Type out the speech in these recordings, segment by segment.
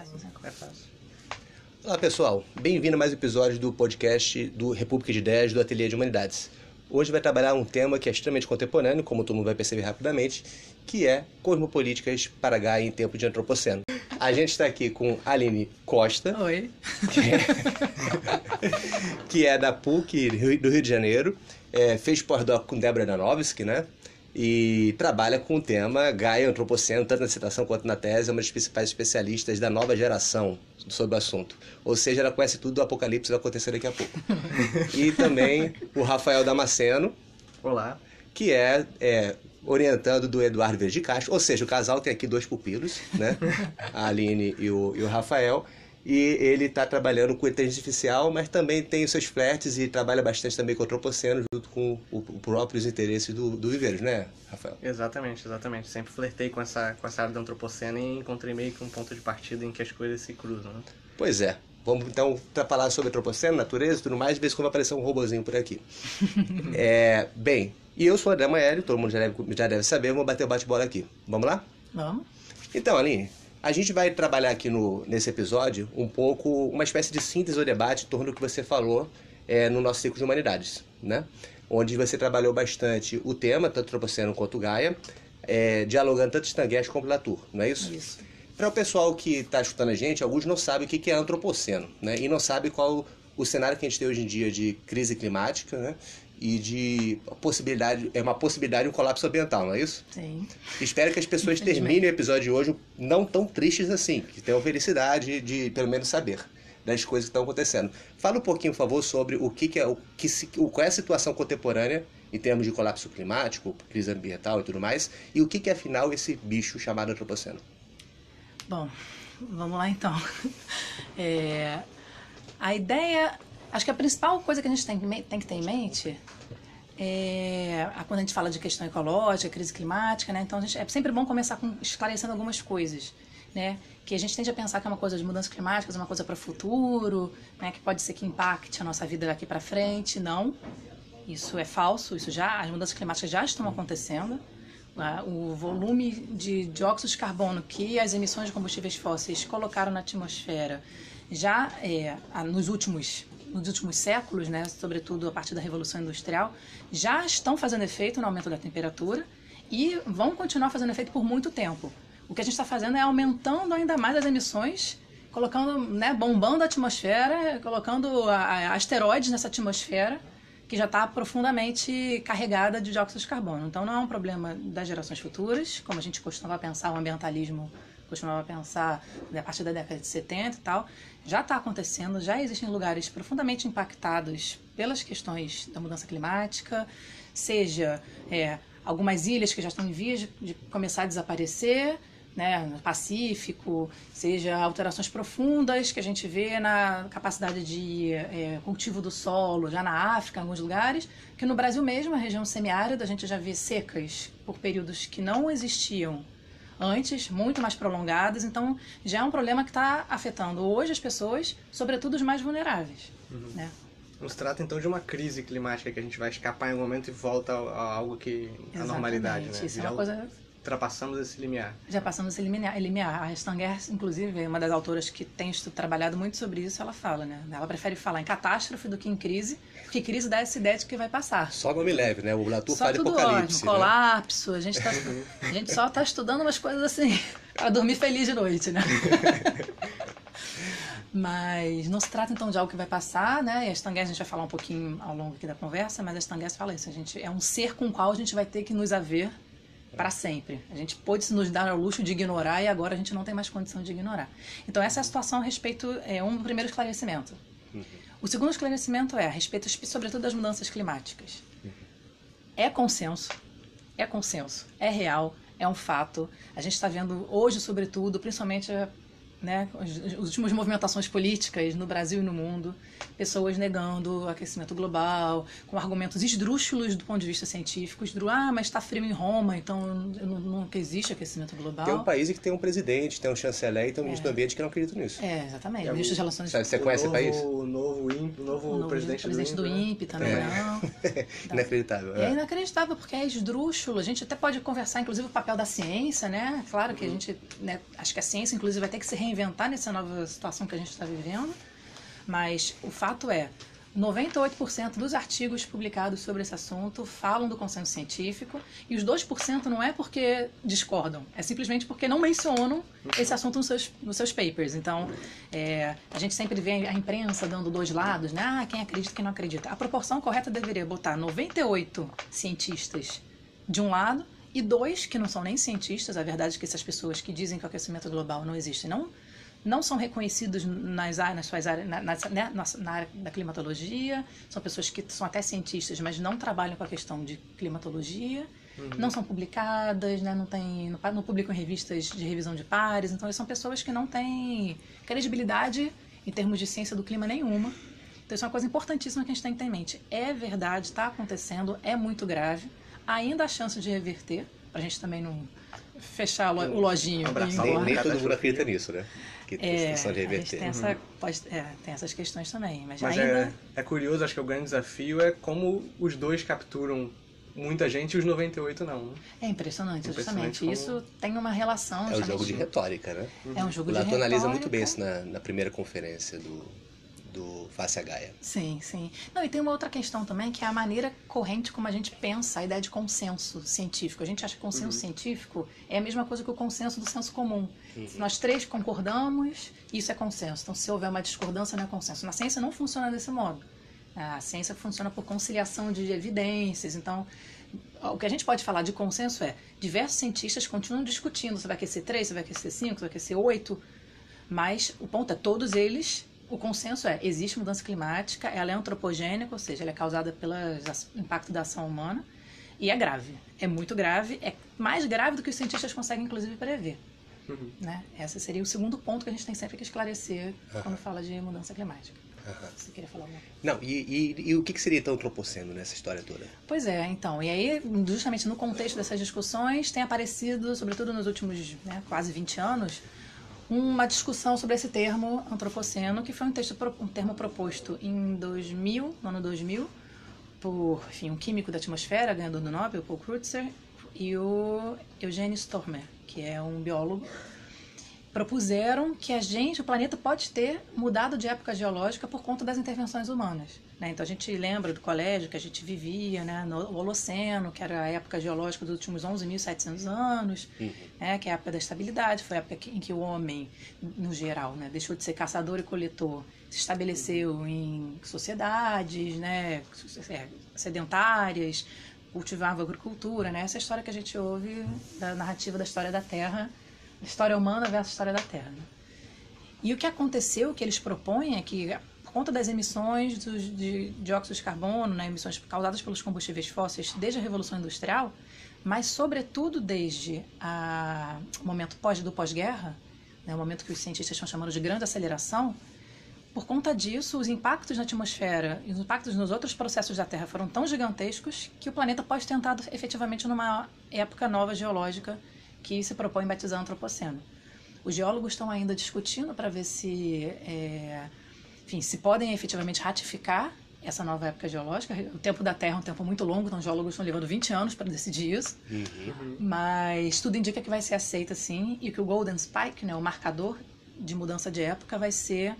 É fácil. Olá pessoal, bem-vindo a mais um episódio do podcast do República de Ideias do Ateliê de Humanidades. Hoje vai trabalhar um tema que é extremamente contemporâneo, como todo mundo vai perceber rapidamente, que é cosmopolíticas para Gaia em tempo de antropoceno. A gente está aqui com a Aline Costa. Oi. Que é da PUC do Rio de Janeiro, fez pós-doc com Débora Danovski, né? E trabalha com o tema Gaia Antropoceno, tanto na dissertação quanto na tese, é uma das principais especialistas da nova geração sobre o assunto. Ou seja, ela conhece tudo do apocalipse que vai acontecer daqui a pouco. E também o Rafael Damasceno. Olá. Que é orientando do Eduardo Verde de Castro. Ou seja, o casal tem aqui dois pupilos, né? A Aline e o Rafael. E ele está trabalhando com inteligência artificial, mas também tem os seus flertes e trabalha bastante também com o antropoceno, junto com os próprios interesses do Viveiros, né, Rafael? Exatamente. Sempre flertei com essa área do antropoceno e encontrei meio que um ponto de partida em que as coisas se cruzam, né? Pois é. Vamos então falar sobre antropoceno, natureza e tudo mais, de vez em quando vai aparecer um robozinho por aqui. Bem, e eu sou o André Maeli, todo mundo já deve saber, vamos bater o bate-bola aqui. Vamos lá? Vamos. Então, Aline, a gente vai trabalhar aqui nesse episódio um pouco, uma espécie de síntese ou debate em torno do que você falou no nosso ciclo de humanidades, né? Onde você trabalhou bastante o tema, tanto Antropoceno quanto Gaia, dialogando tanto Stanguet como Latour, não é isso? Isso. Para o pessoal que está escutando a gente, alguns não sabem o que é antropoceno, né? E não sabem qual o cenário que a gente tem hoje em dia de crise climática, né? E de uma possibilidade de um colapso ambiental, não é isso? Sim. Espero que as pessoas terminem o episódio de hoje não tão tristes assim, que tenham felicidade de, pelo menos, saber das coisas que estão acontecendo. Fala um pouquinho, por favor, sobre qual é a situação contemporânea em termos de colapso climático, crise ambiental e tudo mais, e o que é, afinal, esse bicho chamado antropoceno. Bom, vamos lá então. A ideia... Acho que a principal coisa que a gente tem que ter em mente quando a gente fala de questão ecológica, crise climática, né? Então é sempre bom começar esclarecendo algumas coisas, né? Que a gente tende a pensar que é uma coisa de mudanças climáticas, uma coisa para o futuro, né? Que pode ser que impacte a nossa vida daqui para frente. Não, isso é falso. As mudanças climáticas já estão acontecendo. O volume de dióxido de carbono que as emissões de combustíveis fósseis colocaram na atmosfera já nos últimos séculos, né, sobretudo a partir da Revolução Industrial, já estão fazendo efeito no aumento da temperatura e vão continuar fazendo efeito por muito tempo. O que a gente está fazendo é aumentando ainda mais as emissões, colocando, né, bombando a atmosfera, colocando asteroides nessa atmosfera que já está profundamente carregada de dióxido de carbono. Então não é um problema das gerações futuras, como a gente costumava pensar, o ambientalismo costumava pensar a partir da década de 70 e tal, já está acontecendo, já existem lugares profundamente impactados pelas questões da mudança climática, seja algumas ilhas que já estão em vias de começar a desaparecer, né, no Pacífico, seja alterações profundas que a gente vê na capacidade de cultivo do solo, já na África, em alguns lugares, que no Brasil mesmo, a região semiárida, a gente já vê secas por períodos que não existiam antes, muito mais prolongadas, então já é um problema que está afetando hoje as pessoas, sobretudo os mais vulneráveis. Uhum. Né? Não se trata então de uma crise climática que a gente vai escapar em algum momento e volta a algo que a Exatamente. Normalidade, né? Isso é uma coisa... Ultrapassamos esse limiar. Já passamos esse limiar. A Stanguet, inclusive, uma das autoras que tem trabalhado muito sobre isso, ela fala, né? Ela prefere falar em catástrofe do que em crise, porque crise dá essa ideia de que vai passar. Só nome leve, né? O Latour só fala de apocalipse. Ótimo, colapso, né? A gente só está estudando umas coisas assim, para dormir feliz de noite, né? Mas não se trata então de algo que vai passar, né? E a Stanguet a gente vai falar um pouquinho ao longo aqui da conversa, mas a Stanguet fala isso, é um ser com o qual a gente vai ter que nos haver para sempre. A gente pôde nos dar ao luxo de ignorar e agora a gente não tem mais condição de ignorar. Então essa é a situação a respeito, um primeiro esclarecimento. Uhum. O segundo esclarecimento a respeito, sobretudo, das mudanças climáticas. Uhum. É consenso, é real, é um fato. A gente está vendo hoje, sobretudo, principalmente, né, as últimas movimentações políticas no Brasil e no mundo, pessoas negando o aquecimento global, com argumentos esdrúxulos do ponto de vista científico, mas está frio em Roma, então nunca existe aquecimento global. Tem um país que tem um presidente, tem um chanceler e tem um ministro do ambiente que não acredita nisso. Exatamente. Ministro de Relações... Você conhece o país? O novo presidente do INPE também, não. Inacreditável. É inacreditável, porque é esdrúxulo. A gente até pode conversar, inclusive, o papel da ciência, né? Claro que a gente... né, acho que a ciência, inclusive, vai ter que se reinventar reinventar nessa nova situação que a gente está vivendo, mas o fato é, 98% dos artigos publicados sobre esse assunto falam do consenso científico, e os 2% não é porque discordam, é simplesmente porque não mencionam esse assunto nos seus papers. Então, a gente sempre vê a imprensa dando dois lados, né? Ah, quem acredita, quem não acredita. A proporção correta deveria botar 98 cientistas de um lado e 2 que não são nem cientistas. A verdade é que essas pessoas que dizem que o aquecimento global não existe, não são reconhecidos nas suas áreas, na área da climatologia, são pessoas que são até cientistas, mas não trabalham com a questão de climatologia, não são publicadas, né, não publicam em revistas de revisão de pares, então são pessoas que não têm credibilidade em termos de ciência do clima nenhuma. Então isso é uma coisa importantíssima que a gente tem que ter em mente. É verdade, está acontecendo, é muito grave, ainda há chance de reverter, para a gente também não fechar o lojinho. Nem todo mundo acredita nisso, né? Que tem questão de reverter. Tem essas questões também. Mas ainda... é curioso, acho que o grande desafio é como os 2 capturam muita gente e os 98 não. Né? É impressionante, justamente. Como... Isso tem uma relação... É um jogo de retórica, né? É um jogo de retórica. O Latto analisa muito bem isso na primeira conferência do Face a Gaia. Sim, sim. Não, e tem uma outra questão também, que é a maneira corrente como a gente pensa a ideia de consenso científico. A gente acha que consenso científico é a mesma coisa que o consenso do senso comum. Nós 3 concordamos, isso é consenso. Então, se houver uma discordância, não é consenso. Na ciência não funciona desse modo. A ciência funciona por conciliação de evidências. Então, o que a gente pode falar de consenso é, diversos cientistas continuam discutindo se vai aquecer 3, se vai aquecer 5, se vai aquecer 8, mas o ponto é, todos eles... O consenso é, existe mudança climática, ela é antropogênica, ou seja, ela é causada pelo impacto da ação humana, e é grave. É muito grave, é mais grave do que os cientistas conseguem, inclusive, prever. Né? Esse seria o segundo ponto que a gente tem sempre que esclarecer quando fala de mudança climática. Você queria falar alguma coisa? Não, e o que seria então antropoceno nessa história toda? Pois é, então, e aí, justamente no contexto dessas discussões, tem aparecido, sobretudo nos últimos quase 20 anos, uma discussão sobre esse termo antropoceno, que foi um termo proposto em 2000, no ano 2000, por um químico da atmosfera, ganhador do Nobel, Paul Crutzen, e o Eugene Stormer, que é um biólogo. Propuseram que o planeta pode ter mudado de época geológica por conta das intervenções humanas. Né? Então a gente lembra do colégio que a gente vivia, né? No Holoceno, que era a época geológica dos últimos 11.700 anos, né? Que é a época da estabilidade, foi a época em que o homem, no geral, né? Deixou de ser caçador e coletor, se estabeleceu em sociedades, né? Sedentárias, cultivava agricultura, né? Essa história que a gente ouve da narrativa da história da Terra, história humana versus história da Terra. Né? E o que aconteceu, o que eles propõem é que, por conta das emissões de dióxido de carbono, né, emissões causadas pelos combustíveis fósseis desde a Revolução Industrial, mas sobretudo desde o momento do pós-guerra, né, o momento que os cientistas estão chamando de grande aceleração, por conta disso, os impactos na atmosfera e os impactos nos outros processos da Terra foram tão gigantescos que o planeta pode ter entrado efetivamente numa época nova geológica que se propõe batizar antropoceno. Os geólogos estão ainda discutindo para ver se podem efetivamente ratificar essa nova época geológica. O tempo da Terra é um tempo muito longo, então os geólogos estão levando 20 anos para decidir isso. Mas tudo indica que vai ser aceita sim, e que o Golden Spike, né, o marcador de mudança de época, vai ser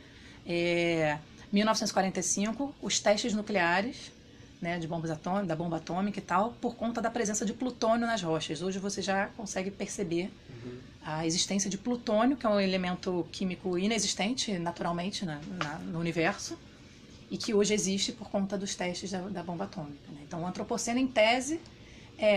1945, os testes nucleares, né, da bomba atômica e tal, por conta da presença de plutônio nas rochas. Hoje você já consegue perceber a existência de plutônio, que é um elemento químico inexistente naturalmente no universo, e que hoje existe por conta dos testes da bomba atômica. Né? Então, o antropoceno, em tese, é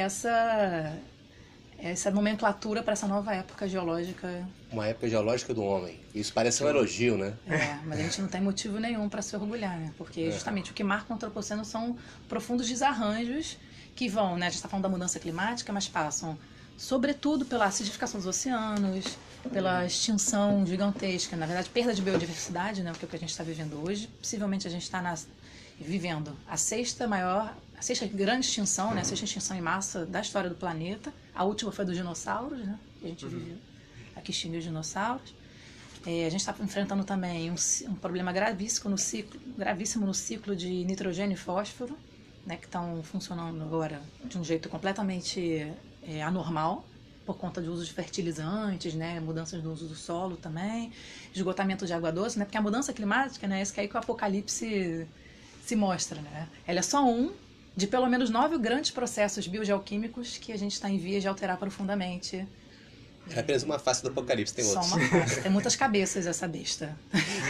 essa nomenclatura para essa nova época geológica. Uma época geológica do homem. Isso parece um elogio, né? Mas a gente não tem motivo nenhum para se orgulhar, né? Porque justamente o que marca o antropoceno são profundos desarranjos que vão, né? A gente está falando da mudança climática, mas passam sobretudo pela acidificação dos oceanos, pela extinção gigantesca, na verdade, perda de biodiversidade, né? Que é o que a gente está vivendo hoje. Possivelmente a gente está vivendo a sexta grande extinção, né? A sexta extinção em massa da história do planeta. A última foi dos dinossauros, né? Que a gente viveu, a que extinguiu os dinossauros. A gente está enfrentando também um problema gravíssimo no ciclo de nitrogênio e fósforo, né? Que estão funcionando agora de um jeito completamente anormal. por conta de uso de fertilizantes, né, mudanças no uso do solo também, esgotamento de água doce, né, porque a mudança climática, né, é isso que aí que o apocalipse se mostra, né, ela é só um de pelo menos 9 grandes processos biogeoquímicos que a gente está em vias de alterar profundamente. É apenas uma face do apocalipse, tem outros. Só uma face, tem muitas cabeças essa besta.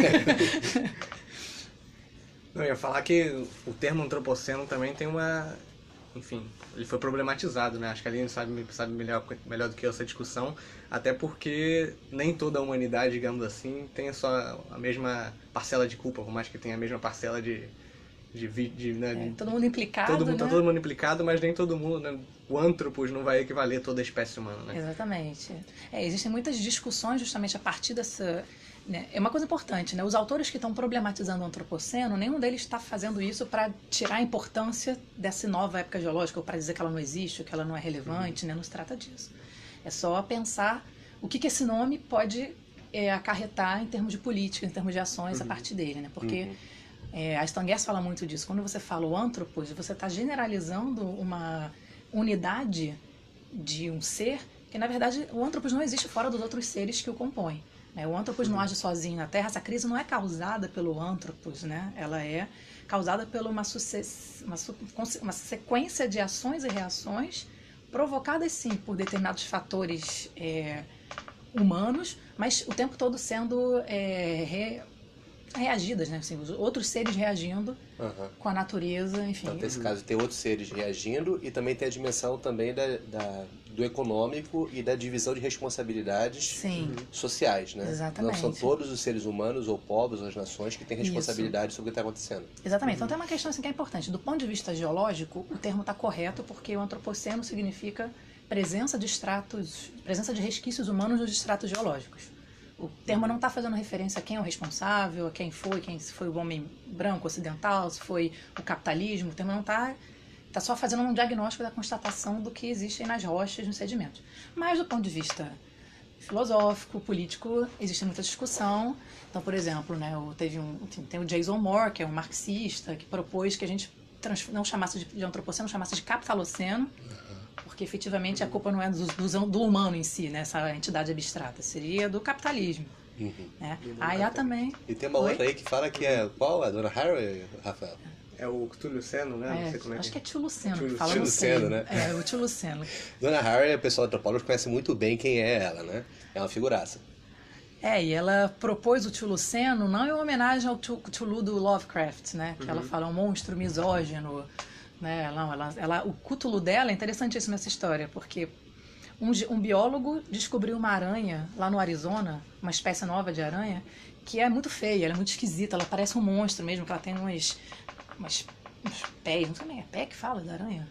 Não, eu ia falar que o termo antropoceno também tem uma... Enfim, ele foi problematizado, né? Acho que a Aline sabe melhor do que eu essa discussão, até porque nem toda a humanidade, digamos assim, tem só a mesma parcela de culpa, por mais que tenha a mesma parcela né? Todo mundo implicado, todo mundo, né? Tá todo mundo implicado, mas nem todo mundo, né? O antropos não vai equivaler a toda a espécie humana, né? Exatamente. Existem muitas discussões justamente a partir dessa... Né? É uma coisa importante, né? Os autores que estão problematizando o antropoceno, nenhum deles está fazendo isso para tirar a importância dessa nova época geológica, ou para dizer que ela não existe, ou que ela não é relevante, né? Não se trata disso. É só pensar o que esse nome pode acarretar em termos de política, em termos de ações a partir dele, né? Porque a Stangers fala muito disso. Quando você fala o antropos, você está generalizando uma unidade de um ser que, na verdade, o antropos não existe fora dos outros seres que o compõem. O antropos não age sozinho na Terra. Essa crise não é causada pelo antropos, né? Ela é causada por uma sequência de ações e reações provocadas, sim, por determinados fatores humanos, mas o tempo todo sendo reagidas, né? Assim, os outros seres reagindo com a natureza, enfim. Então, nesse caso, tem outros seres reagindo e também tem a dimensão também do econômico e da divisão de responsabilidades sociais, né? Exatamente. Não são todos os seres humanos ou povos ou as nações que têm responsabilidade sobre o que está acontecendo. Exatamente. Então, tem uma questão assim, que é importante. Do ponto de vista geológico, o termo está correto porque o antropoceno significa presença de resquícios humanos nos estratos geológicos. O termo não está fazendo referência a quem é o responsável, a quem foi, se foi o homem branco, ocidental, se foi o capitalismo. O termo não está só fazendo um diagnóstico da constatação do que existe nas rochas, nos sedimentos. Mas do ponto de vista filosófico, político, existe muita discussão. Então, por exemplo, né, tem o Jason Moore, que é um marxista, que propôs que a gente não chamasse de antropoceno, chamasse de capitaloceno, porque efetivamente a culpa não é do humano em si, né, essa entidade abstrata, seria do capitalismo. Né? Aí há também... E tem uma outra aí que fala que é qual? A dona Haraway, Rafael? É o Cthulhuceno, né? Não sei como acho que é Tchuluceno. Tchuluceno, né? O Tchuluceno. Dona Haraway, o pessoal antropólogo conhece muito bem quem é ela, né? É uma figuraça. E ela propôs o Tchuluceno não em homenagem ao Cthulhu do Lovecraft, né? Que ela fala um monstro misógino, né? O Cthulhu dela é interessantíssima essa história, porque um biólogo descobriu uma aranha lá no Arizona, uma espécie nova de aranha, que é muito feia, ela é muito esquisita, ela parece um monstro mesmo, que ela tem uns pés, não sei nem, é pé que fala da aranha?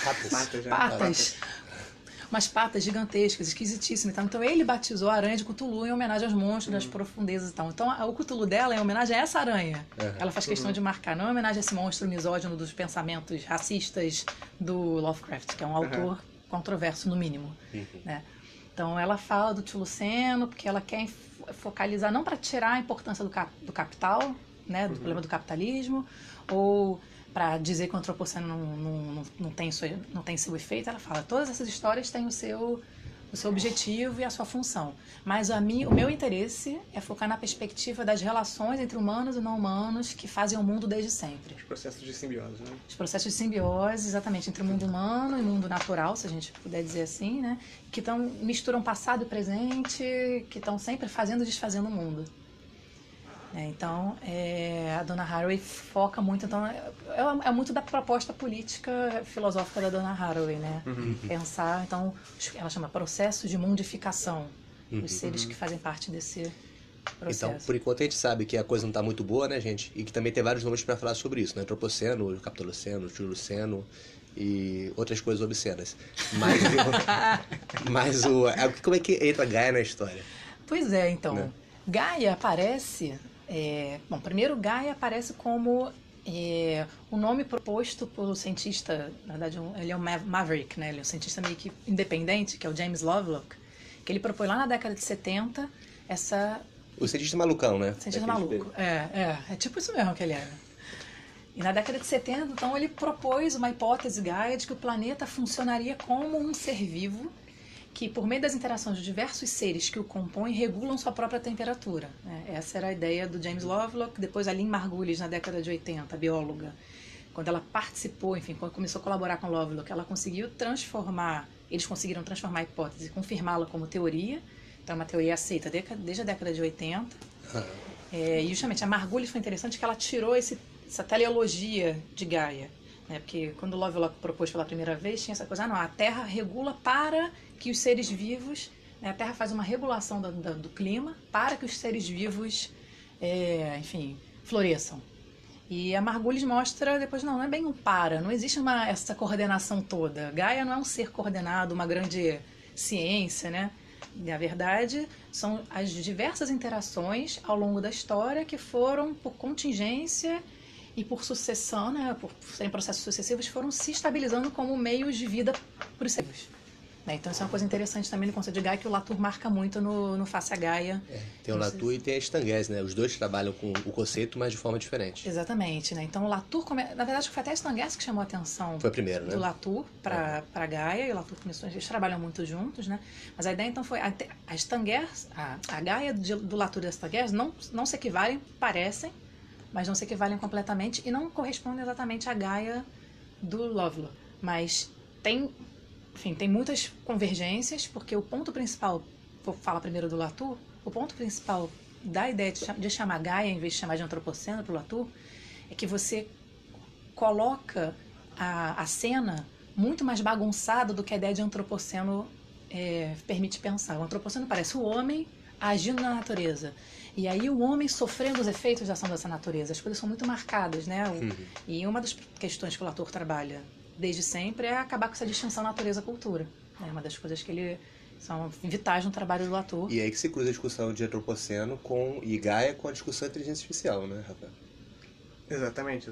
Patas. Umas patas gigantescas, esquisitíssimas. Então ele batizou a aranha de Cthulhu em homenagem aos monstros das profundezas e tal. Então o Cthulhu dela é em homenagem a essa aranha. Ela faz questão de marcar, não é homenagem a esse monstro misógino dos pensamentos racistas do Lovecraft, que é um autor controverso no mínimo. Né? Então ela fala do Tchuluceno porque ela quer focalizar, não para tirar a importância do capital, né, do problema do capitalismo, ou para dizer que o antropoceno não tem seu efeito. Ela fala, todas essas histórias têm o seu objetivo e a sua função. Mas o meu interesse é focar na perspectiva das relações entre humanos e não humanos que fazem o mundo desde sempre. Os processos de simbiose, né? Os processos de simbiose, exatamente, entre o mundo humano e o mundo natural, se a gente puder dizer assim, né? Que misturam passado e presente, que estão sempre fazendo e desfazendo o mundo. Então, a Donna Haraway foca muito, então é muito da proposta política filosófica da Donna Haraway, né? Pensar, então, ela chama processo de mundificação, os seres que fazem parte desse processo. Então, por enquanto a gente sabe que a coisa não está muito boa, né, gente? E que também tem vários nomes para falar sobre isso, né? Antropoceno, Capitoloceno, Tchuluceno e outras coisas obscenas. Mas como é que entra Gaia na história? Pois é, então. Né? Gaia aparece... primeiro Gaia aparece como o nome proposto pelo cientista, na verdade ele é um maverick, né? Ele é um cientista meio que independente, que é o James Lovelock, que ele propôs lá na década de 70 essa... O cientista malucão, né? Cientista maluco, é tipo isso mesmo que ele era. E na década de 70, então, ele propôs uma hipótese Gaia de que o planeta funcionaria como um ser vivo que por meio das interações de diversos seres que o compõem, regulam sua própria temperatura. Essa era a ideia do James Lovelock, depois a Lynn Margulis, na década de 80, a bióloga. Quando ela participou, enfim, quando começou a colaborar com Lovelock, ela conseguiu transformar, eles conseguiram transformar a hipótese e confirmá-la como teoria. Então, é uma teoria aceita desde a década de 80. E justamente a Margulis foi interessante que ela tirou essa teleologia de Gaia. Porque quando Lovelock propôs pela primeira vez, tinha essa coisa, não, a Terra regula para que os seres vivos, a Terra faz uma regulação do clima para que os seres vivos, enfim, floresçam. E a Margulis mostra depois, não é bem um para, não existe essa coordenação toda. Gaia não é um ser coordenado, uma grande ciência, né? Na verdade, são as diversas interações ao longo da história que foram, por contingência e por sucessão, né, por serem processos sucessivos, foram se estabilizando como meios de vida para os seres. Então isso é uma coisa interessante também no conceito de Gaia, que o Latour marca muito no Face a Gaia. Tem o Latour e tem a Stanguese, né? Os dois trabalham com o conceito, mas de forma diferente. Exatamente, né? Então o Latour, na verdade foi até a Stanguese que chamou a atenção foi primeiro, né? do Latour para Gaia, e o Latour começou, eles trabalham muito juntos, né? Mas a ideia então foi, a Stanguese, a Gaia do Latour e da Stanguese não se equivalem, parecem, mas não se equivalem completamente e não correspondem exatamente à Gaia do Lovelock. Mas tem muitas convergências, porque o ponto principal, vou falar primeiro do Latour, o ponto principal da ideia de chamar Gaia, em vez de chamar de antropoceno para o Latour, é que você coloca a cena muito mais bagunçada do que a ideia de antropoceno permite pensar. O antropoceno parece o homem agindo na natureza. E aí o homem sofrendo os efeitos da ação dessa natureza. As coisas são muito marcadas, né? E uma das questões que o Latour trabalha desde sempre é acabar com essa distinção natureza-cultura. É uma das coisas que são vitais no trabalho do Latour. E aí que se cruza a discussão de antropoceno e Gaia com a discussão de inteligência artificial, né, Rafael? Exatamente.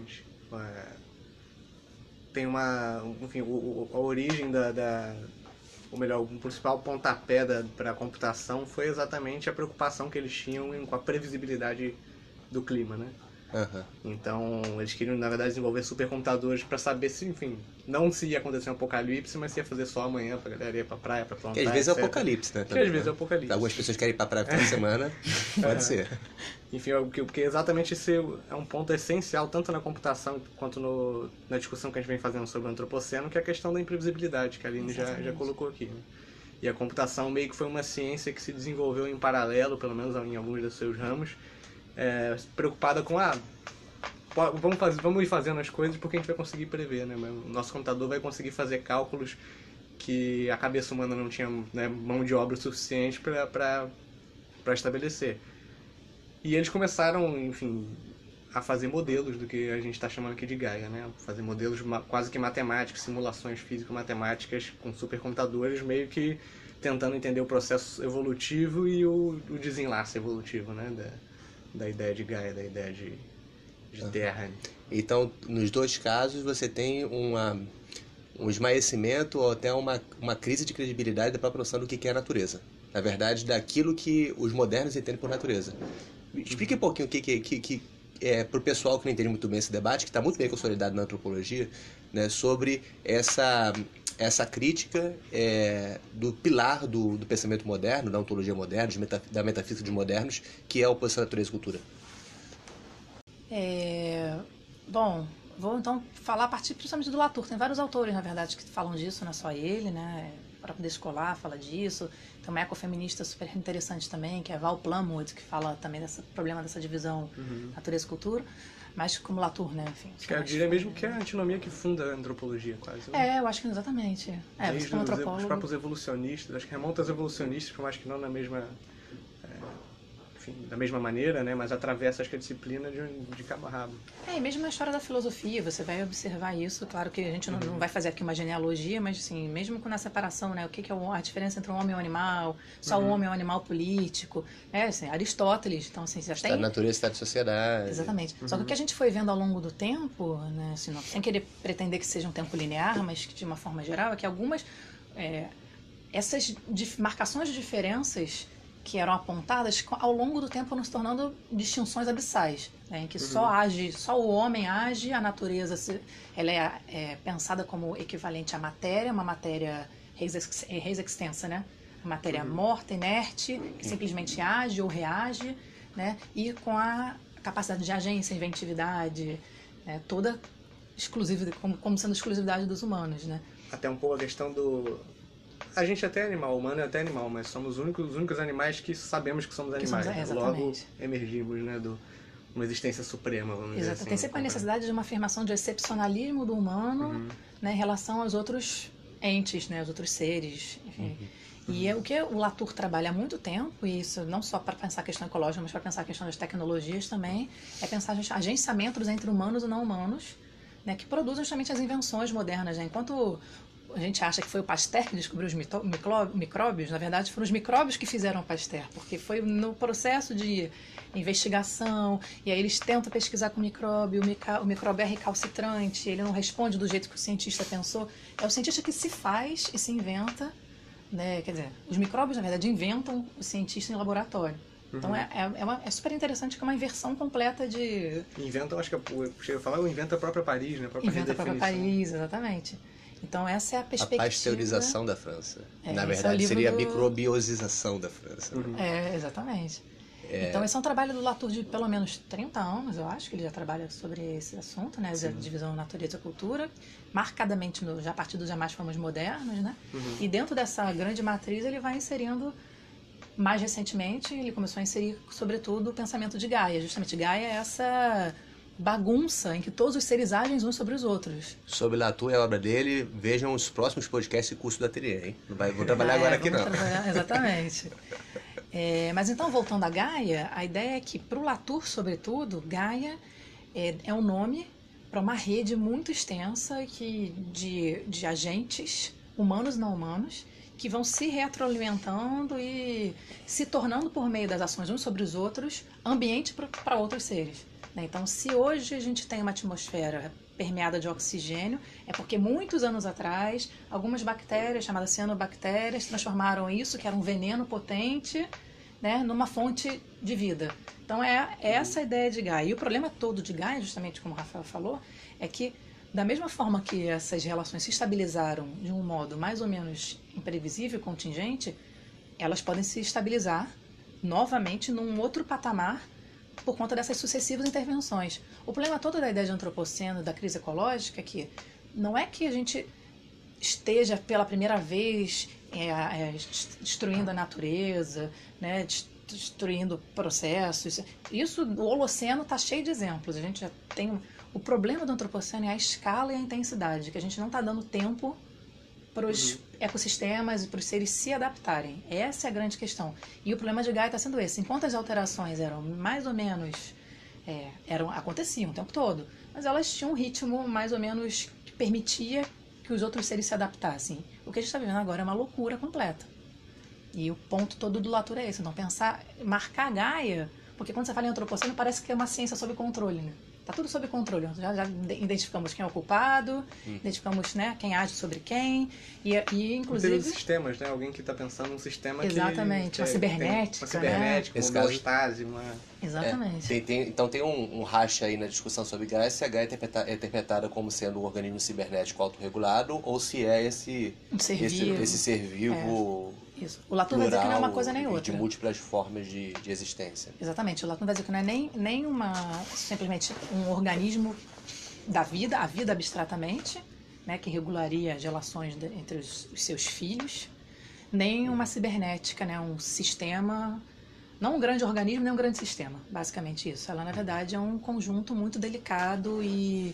Tem enfim, a origem ou melhor, o principal pontapé para a computação foi exatamente a preocupação que eles tinham com a previsibilidade do clima, né? Então, eles queriam, na verdade, desenvolver supercomputadores para saber se, enfim, não se ia acontecer um apocalipse, mas se ia fazer sol amanhã pra galera ir pra praia, pra plantar, que às vezes etc. é apocalipse, né? Que às vezes é apocalipse. Algumas pessoas querem ir pra praia no final de semana, pode ser. Enfim, porque exatamente esse é um ponto essencial, tanto na computação quanto na discussão que a gente vem fazendo sobre o antropoceno, que é a questão da imprevisibilidade, que a Aline já colocou aqui, né? E a computação meio que foi uma ciência que se desenvolveu em paralelo, pelo menos em alguns dos seus ramos, preocupada com vamos ir fazendo as coisas porque a gente vai conseguir prever, né? O nosso computador vai conseguir fazer cálculos que a cabeça humana não tinha, né, mão de obra suficiente para estabelecer. E eles começaram, enfim, a fazer modelos do que a gente está chamando aqui de Gaia, né? Fazer modelos quase que matemáticos, simulações físico-matemáticas com supercomputadores, meio que tentando entender o processo evolutivo e o desenlace evolutivo, né? Da ideia de Gaia, da ideia de Terra. Então, nos dois casos, você tem um esmaecimento ou até uma crise de credibilidade da própria noção do que é a natureza. Na verdade, daquilo que os modernos entendem por natureza. Explique um pouquinho o que para o pessoal que não entende muito bem esse debate, que está muito bem consolidado na antropologia, né, sobre essa crítica do pilar do pensamento moderno, da ontologia moderna, da metafísica dos modernos, que é a oposição à natureza e cultura. Bom, vou então falar a partir principalmente do Latour. Tem vários autores, na verdade, que falam disso, não é só ele, né? O próprio Descolar fala disso. Tem uma ecofeminista super interessante também, que é a Val Plumwood, que fala também desse problema dessa divisão natureza e cultura. Mas como Latour, né? Enfim, eu diria mesmo que é a antinomia que funda a antropologia, quase. Né? Eu acho que exatamente. Desde como antropólogo... os próprios evolucionistas, acho que remonta aos evolucionistas, por mais que não na mesma... da mesma maneira, né? Mas atravessa, acho que a disciplina de cabo a rabo. E mesmo na história da filosofia, você vai observar isso. Claro que a gente não vai fazer aqui uma genealogia, mas assim, mesmo com a separação, né? O que é a diferença entre um homem e um animal, só o homem é um animal político, assim, Aristóteles, então assim, já tem... Estado de natureza, estado de sociedade. Exatamente. Só que o que a gente foi vendo ao longo do tempo, né? Assim, não, sem querer pretender que seja um tempo linear, mas que de uma forma geral, é que algumas... essas marcações de diferenças que eram apontadas, ao longo do tempo foram se tornando distinções abissais, né, em que só o homem age, a natureza ela é pensada como equivalente à matéria, uma matéria res extensa, né? A matéria morta, inerte, que simplesmente age ou reage, né? E com a capacidade de agência, inventividade, né? Toda exclusiva, como sendo exclusividade dos humanos, né? Até um pouco a questão do... A gente até é animal, o humano é até animal, mas somos os únicos animais que sabemos que somos animais. Logo, emergimos, né, de uma existência suprema, vamos dizer assim. Tem sempre a necessidade de uma afirmação de excepcionalismo do humano, né, em relação aos outros entes, né, aos outros seres, enfim. E é o que o Latour trabalha há muito tempo, e isso não só para pensar a questão ecológica, mas para pensar a questão das tecnologias também, é pensar agenciamentos entre humanos e não humanos, né, que produzem justamente as invenções modernas, né? Enquanto a gente acha que foi o Pasteur que descobriu os micróbios, na verdade foram os micróbios que fizeram o Pasteur, porque foi no processo de investigação, e aí eles tentam pesquisar com o micróbio é recalcitrante, ele não responde do jeito que o cientista pensou. É o cientista que se faz e se inventa, né? Quer dizer, os micróbios, na verdade, inventam o cientista em laboratório. Então é super interessante que é uma inversão completa de... Inventam, acho que eu cheguei a falar, inventa a própria Paris, né? Inventa a própria Paris, exatamente. Então essa é a perspectiva... A pasteurização da França. Na verdade, seria a microbiosização da França. Exatamente. Então esse é um trabalho do Latour de pelo menos 30 anos, eu acho, que ele já trabalha sobre esse assunto, né? A divisão natureza e cultura, marcadamente já a partir dos jamais fomos modernos, né? E dentro dessa grande matriz ele vai inserindo, mais recentemente, ele começou a inserir, sobretudo, o pensamento de Gaia. Justamente Gaia é essa bagunça em que todos os seres agem uns sobre os outros. Sobre Latour e a obra dele, vejam os próximos podcasts e curso da Ateliê, hein? Não vou trabalhar agora aqui, não. Exatamente. Mas então, voltando a Gaia, a ideia é que, para o Latour, sobretudo, Gaia é um nome para uma rede muito extensa de agentes, humanos e não humanos, que vão se retroalimentando e se tornando, por meio das ações uns sobre os outros, ambiente para outros seres. Então, se hoje a gente tem uma atmosfera permeada de oxigênio, é porque muitos anos atrás, algumas bactérias, chamadas cianobactérias, transformaram isso, que era um veneno potente, né, numa fonte de vida. Então, é essa a ideia de Gaia. E o problema todo de Gaia, justamente como o Rafael falou, é que, da mesma forma que essas relações se estabilizaram de um modo mais ou menos imprevisível e contingente, elas podem se estabilizar novamente num outro patamar por conta dessas sucessivas intervenções. O problema todo da ideia de antropoceno, da crise ecológica, é que não é que a gente esteja pela primeira vez destruindo a natureza, né, destruindo processos. Isso, o Holoceno está cheio de exemplos. A gente já tem... O problema do antropoceno é a escala e a intensidade, que a gente não está dando tempo para os ecossistemas e para os seres se adaptarem. Essa é a grande questão. E o problema de Gaia está sendo esse. Enquanto as alterações eram mais ou menos... aconteciam o tempo todo, mas elas tinham um ritmo mais ou menos que permitia que os outros seres se adaptassem. O que a gente está vivendo agora é uma loucura completa. E o ponto todo do Latour é esse. Não marcar Gaia, porque quando você fala em antropoceno parece que é uma ciência sob controle, né? Está tudo sob controle. Já identificamos quem é o culpado, identificamos, né, quem age sobre quem, e inclusive... Tem sistemas, né? Alguém que está pensando num sistema exatamente, uma cibernética, uma cibernética, né? uma homeostase, Exatamente. Então tem um racha aí na discussão sobre Gaia, se a Gaia é interpretada como sendo um organismo cibernético autorregulado, ou se é esse ser vivo... Isso. O Latour vai dizer que não é uma coisa nem outra. De múltiplas formas de existência. Exatamente. O Latour vai dizer que não é nem simplesmente um organismo da vida, a vida abstratamente, né, que regularia as relações entre os seus filhos, nem uma cibernética, né, um sistema, não um grande organismo, nem um grande sistema, basicamente isso. Ela, na verdade, é um conjunto muito delicado e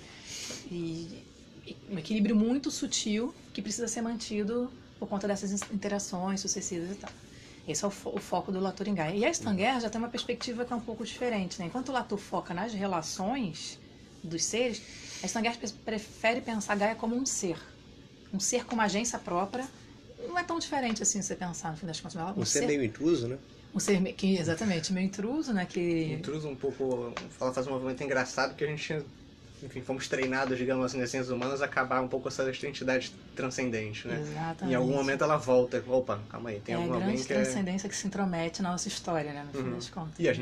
um equilíbrio muito sutil que precisa ser mantido por conta dessas interações sucessivas e tal. Esse é o foco do Latour em Gaia. E a Stanger já tem uma perspectiva que é um pouco diferente, né? Enquanto o Latour foca nas relações dos seres, a Stanger prefere pensar Gaia como um ser com uma agência própria. Não é tão diferente assim você pensar, no fim das contas. Um ser meio intruso, né? Um ser exatamente, meio intruso, né? Intruso um pouco... Faz um movimento engraçado que a gente... Enfim, fomos treinados, digamos assim, nas ciências humanas a acabar um pouco essa entidade transcendente, né? Exatamente. Em algum momento ela volta, opa, calma aí, tem alguém que é a grande transcendência que se intromete na nossa história, né, no fim das contas. E a gente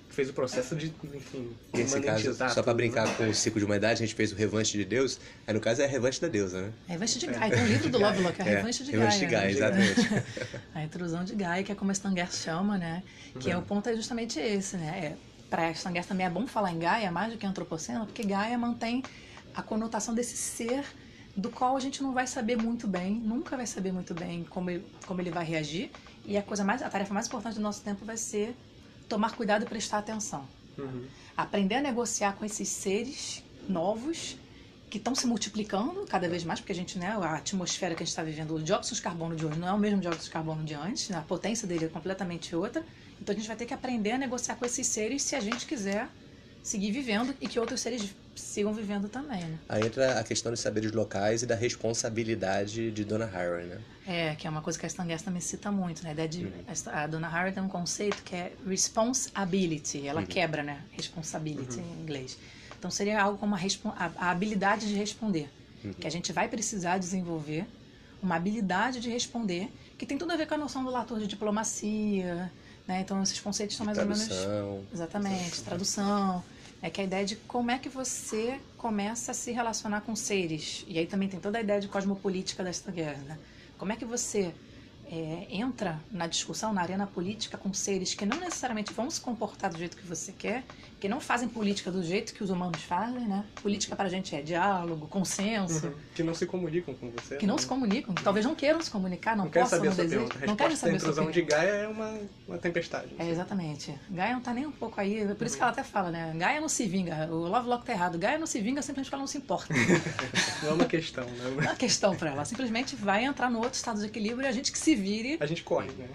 fez o processo de, enfim, Nesse caso, imanentizar só pra tudo, brincar né? com o ciclo de humanidade, a gente fez o Revanche de Deus. Aí no caso é a Revanche da Deusa, né? A Revanche de Gaia. Tem um livro do Lovelock, a Revanche de Gaia. Revanche de Gaia, exatamente. A intrusão de Gaia, que é como a Stangers chama, né? Que é o ponto é justamente esse, né? Para Stangers também é bom falar em Gaia mais do que antropoceno, porque Gaia mantém a conotação desse ser do qual a gente não vai saber muito bem, nunca vai saber muito bem como ele vai reagir. E a tarefa mais importante do nosso tempo vai ser tomar cuidado e prestar atenção. Aprender a negociar com esses seres novos que estão se multiplicando cada vez mais, porque a gente, né, a atmosfera que a gente está vivendo, o dióxido de carbono de hoje não é o mesmo dióxido de carbono de antes, né? A potência dele é completamente outra. Então a gente vai ter que aprender a negociar com esses seres se a gente quiser seguir vivendo e que outros seres sigam vivendo também, né? Aí entra a questão dos saberes locais e da responsabilidade de Donna Haraway, né? Que é uma coisa que a Stangers também cita muito, né? A ideia de, a Donna Haraway tem um conceito que é responsibility, ela quebra, né? Responsibility em inglês. Então seria algo como a habilidade de responder, que a gente vai precisar desenvolver uma habilidade de responder, que tem tudo a ver com a noção do Latour de diplomacia, né? Então esses conceitos são mais ou menos... Exatamente, tradução. É que a ideia de como é que você começa a se relacionar com seres. E aí também tem toda a ideia de cosmopolítica da Stangers, né? Como é que você entra na discussão, na arena política com seres que não necessariamente vão se comportar do jeito que você quer, que não fazem política do jeito que os humanos fazem, né? Política pra gente é diálogo, consenso. Que não se comunicam com você. Que não se comunicam, que talvez não queiram se comunicar, não querem possam, saber não a sua desejam. pergunta. A Não querem resposta da saber a sua intrusão de opinião. Gaia é uma tempestade. Exatamente. Gaia não tá nem um pouco aí, por isso que ela até fala, né? Gaia não se vinga, o Lovelock tá errado. Gaia não se vinga simplesmente porque ela não se importa. Não é uma questão, né? Não é uma questão pra ela, ela simplesmente vai entrar no outro estado de equilíbrio e a gente que se vire. A gente corre, né?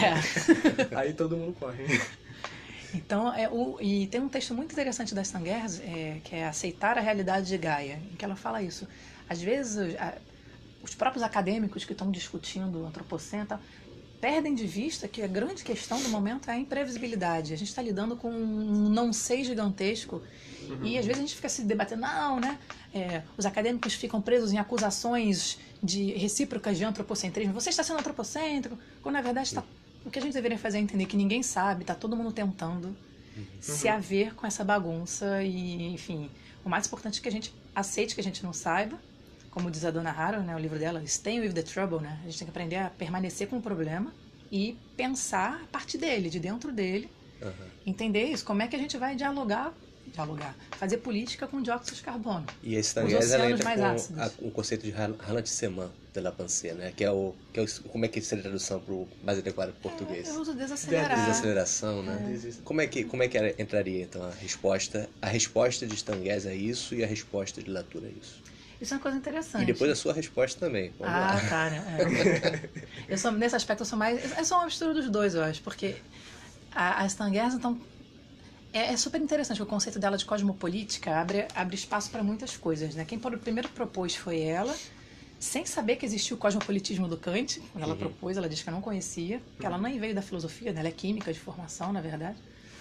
Aí todo mundo corre. Então, e tem um texto muito interessante da Stangers, que é Aceitar a Realidade de Gaia, em que ela fala isso. Às vezes, os próprios acadêmicos que estão discutindo o antropoceno perdem de vista que a grande questão do momento é a imprevisibilidade. A gente está lidando com um não sei gigantesco e às vezes a gente fica se debatendo, não, né? Os acadêmicos ficam presos em acusações recíprocas de antropocentrismo. Você está sendo antropocêntrico, quando na verdade o que a gente deveria fazer é entender que ninguém sabe, está todo mundo tentando se haver com essa bagunça e, enfim, o mais importante é que a gente aceite que a gente não saiba, como diz a Donna Haraway, né, o livro dela, Staying with the Trouble, né? A gente tem que aprender a permanecer com o problema e pensar a partir dele, de dentro dele, entender isso, como é que a gente vai dialogar, fazer política com dióxido de carbono. E esse Stangers, ela entra mais com o conceito de ralentissement de la pensée, né? Como é que seria a tradução para o mais adequado para o português? Eu uso desacelerar. Desaceleração, né? Como é que entraria, então, a resposta de Stangers a isso e a resposta de Latour a isso? Isso é uma coisa interessante. E depois a sua resposta também. Vamos lá. Tá, né? Nesse aspecto, eu sou uma mistura dos dois, eu acho, porque a Stangers, então, é super interessante. O conceito dela de cosmopolítica abre espaço para muitas coisas, né? Quem primeiro propôs foi ela, sem saber que existia o cosmopolitismo do Kant. Quando ela propôs, ela disse que eu não conhecia, que ela nem veio da filosofia, né? Ela é química de formação, na verdade.